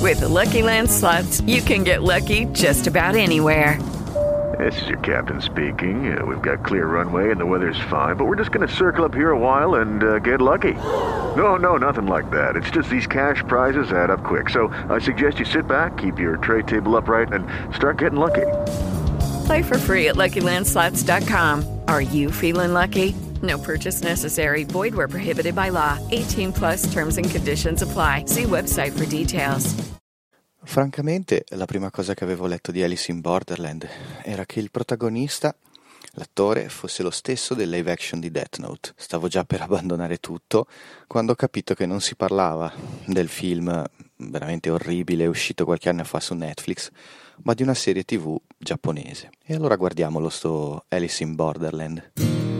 With the Lucky Land Slots, you can get lucky just about anywhere. This is your captain speaking. We've got clear runway and the weather's fine, but we're just going to circle up here a while and get lucky. No, nothing like that. It's just these cash prizes add up quick. So I suggest you sit back, keep your tray table upright, and start getting lucky. Play for free at LuckyLandSlots.com. Are you feeling lucky? No purchase necessary. Void where prohibited by law. 18 plus terms and conditions apply. See website for details. Francamente, la prima cosa che avevo letto di Alice in Borderland era che il protagonista, l'attore, fosse lo stesso del live action di Death Note. Stavo già per abbandonare tutto quando ho capito che non si parlava del film veramente orribile uscito qualche anno fa su Netflix, ma di una serie TV giapponese. E allora guardiamolo, sto Alice in Borderland.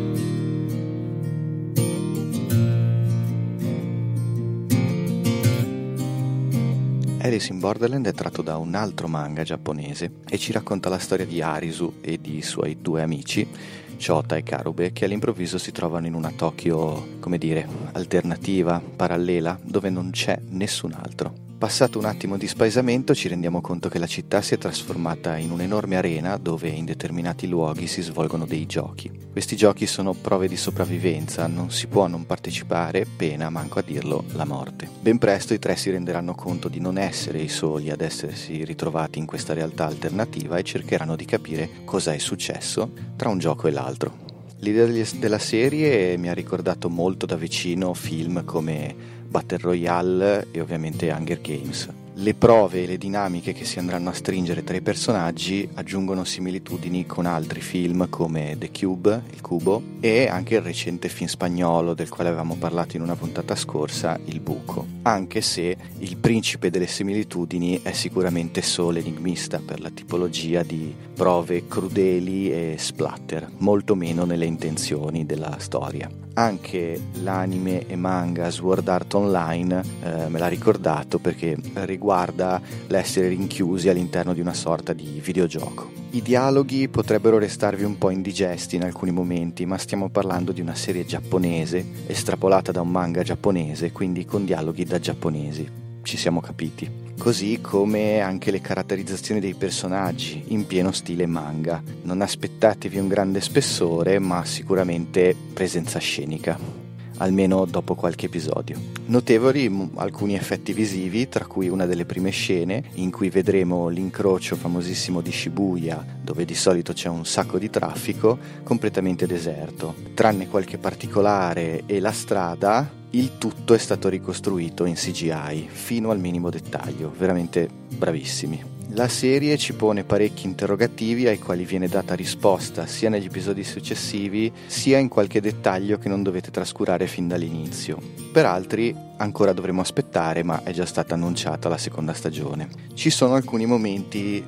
Alice in Borderland è tratto da un altro manga giapponese e ci racconta la storia di Arisu e di suoi due amici, Chota e Karube, che all'improvviso si trovano in una Tokyo, come dire, alternativa, parallela, dove non c'è nessun altro. Passato un attimo di spaesamento ci rendiamo conto che la città si è trasformata in un'enorme arena dove in determinati luoghi si svolgono dei giochi. Questi giochi sono prove di sopravvivenza, non si può non partecipare, pena, manco a dirlo, la morte. Ben presto i tre si renderanno conto di non essere i soli ad essersi ritrovati in questa realtà alternativa e cercheranno di capire cosa è successo tra un gioco e l'altro. L'idea della serie mi ha ricordato molto da vicino film come Battle Royale e ovviamente Hunger Games. Le prove e le dinamiche che si andranno a stringere tra i personaggi aggiungono similitudini con altri film come The Cube, il Cubo, e anche il recente film spagnolo del quale avevamo parlato in una puntata scorsa, Il Buco, anche se il principe delle similitudini è sicuramente solo enigmista per la tipologia di prove crudeli e splatter, molto meno nelle intenzioni della storia. Anche l'anime e manga Sword Art Online me l'ha ricordato perché riguarda l'essere rinchiusi all'interno di una sorta di videogioco. I dialoghi potrebbero restarvi un po' indigesti in alcuni momenti, ma stiamo parlando di una serie giapponese estrapolata da un manga giapponese, quindi con dialoghi da giapponesi. Ci siamo capiti. Così come anche le caratterizzazioni dei personaggi in pieno stile manga. Non aspettatevi un grande spessore, ma sicuramente presenza scenica, almeno dopo qualche episodio. Notevoli alcuni effetti visivi, tra cui una delle prime scene in cui vedremo l'incrocio famosissimo di Shibuya, dove di solito c'è un sacco di traffico, completamente deserto. Tranne qualche particolare e la strada, il tutto è stato ricostruito in CGI fino al minimo dettaglio, veramente bravissimi. La serie ci pone parecchi interrogativi ai quali viene data risposta sia negli episodi successivi sia in qualche dettaglio che non dovete trascurare fin dall'inizio. Per altri ancora dovremo aspettare, ma è già stata annunciata la seconda stagione. Ci sono alcuni momenti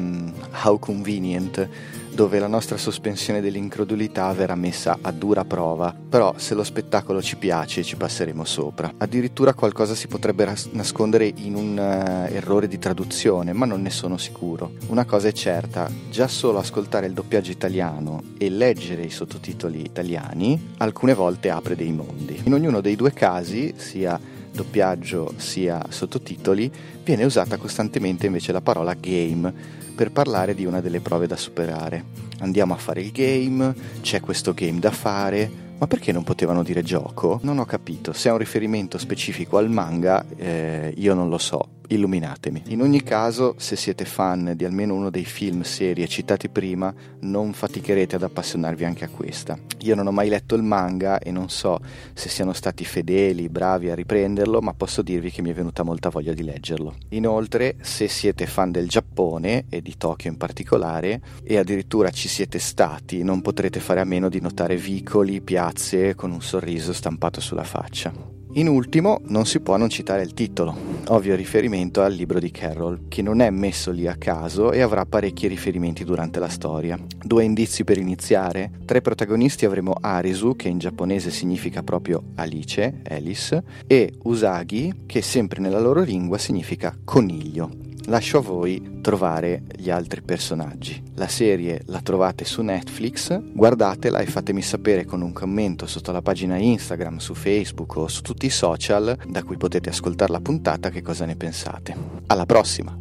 how convenient dove la nostra sospensione dell'incredulità verrà messa a dura prova, però se lo spettacolo ci piace ci passeremo sopra. Addirittura qualcosa si potrebbe nascondere in un errore di traduzione, ma non ne sono sicuro. Una cosa è certa, già solo ascoltare il doppiaggio italiano e leggere i sottotitoli italiani alcune volte apre dei mondi. In ognuno dei due casi, sia doppiaggio sia sottotitoli, viene usata costantemente invece la parola game per parlare di una delle prove da superare. Andiamo a fare il game, c'è questo game da fare, ma perché non potevano dire gioco? Non ho capito, se è un riferimento specifico al manga, io non lo so. Illuminatemi. In ogni caso, se siete fan di almeno uno dei film serie citati prima, non faticherete ad appassionarvi anche a questa. Io non ho mai letto il manga e non so se siano stati fedeli, bravi a riprenderlo, ma posso dirvi che mi è venuta molta voglia di leggerlo. Inoltre, se siete fan del Giappone e di Tokyo in particolare, e addirittura ci siete stati, non potrete fare a meno di notare vicoli, piazze con un sorriso stampato sulla faccia. In ultimo, non si può non citare il titolo, ovvio riferimento al libro di Carroll, che non è messo lì a caso e avrà parecchi riferimenti durante la storia. 2 indizi per iniziare: tra i protagonisti avremo Arisu, che in giapponese significa proprio Alice, e Usagi, che sempre nella loro lingua significa coniglio. lascio a voi trovare gli altri personaggi. La serie la trovate su Netflix, guardatela e fatemi sapere con un commento sotto la pagina Instagram, su Facebook o su tutti i social da cui potete ascoltare la puntata che cosa ne pensate. Alla prossima!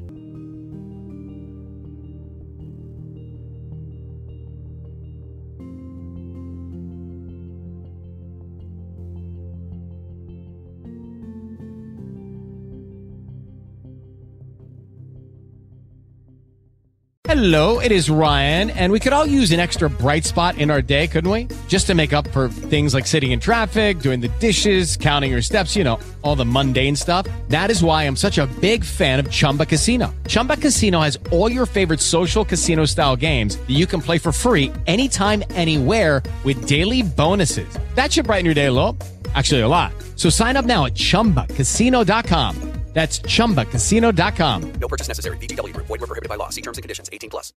Hello, it is Ryan, and we could all use an extra bright spot in our day, couldn't we? Just to make up for things like sitting in traffic, doing the dishes, counting your steps, you know, all the mundane stuff. That is why I'm such a big fan of Chumba Casino. Chumba Casino has all your favorite social casino-style games that you can play for free anytime, anywhere with daily bonuses. That should brighten your day a little. Actually, a lot. So sign up now at ChumbaCasino.com. That's ChumbaCasino.com. No purchase necessary. VGW Group. Void where prohibited by law. See terms and conditions. 18+.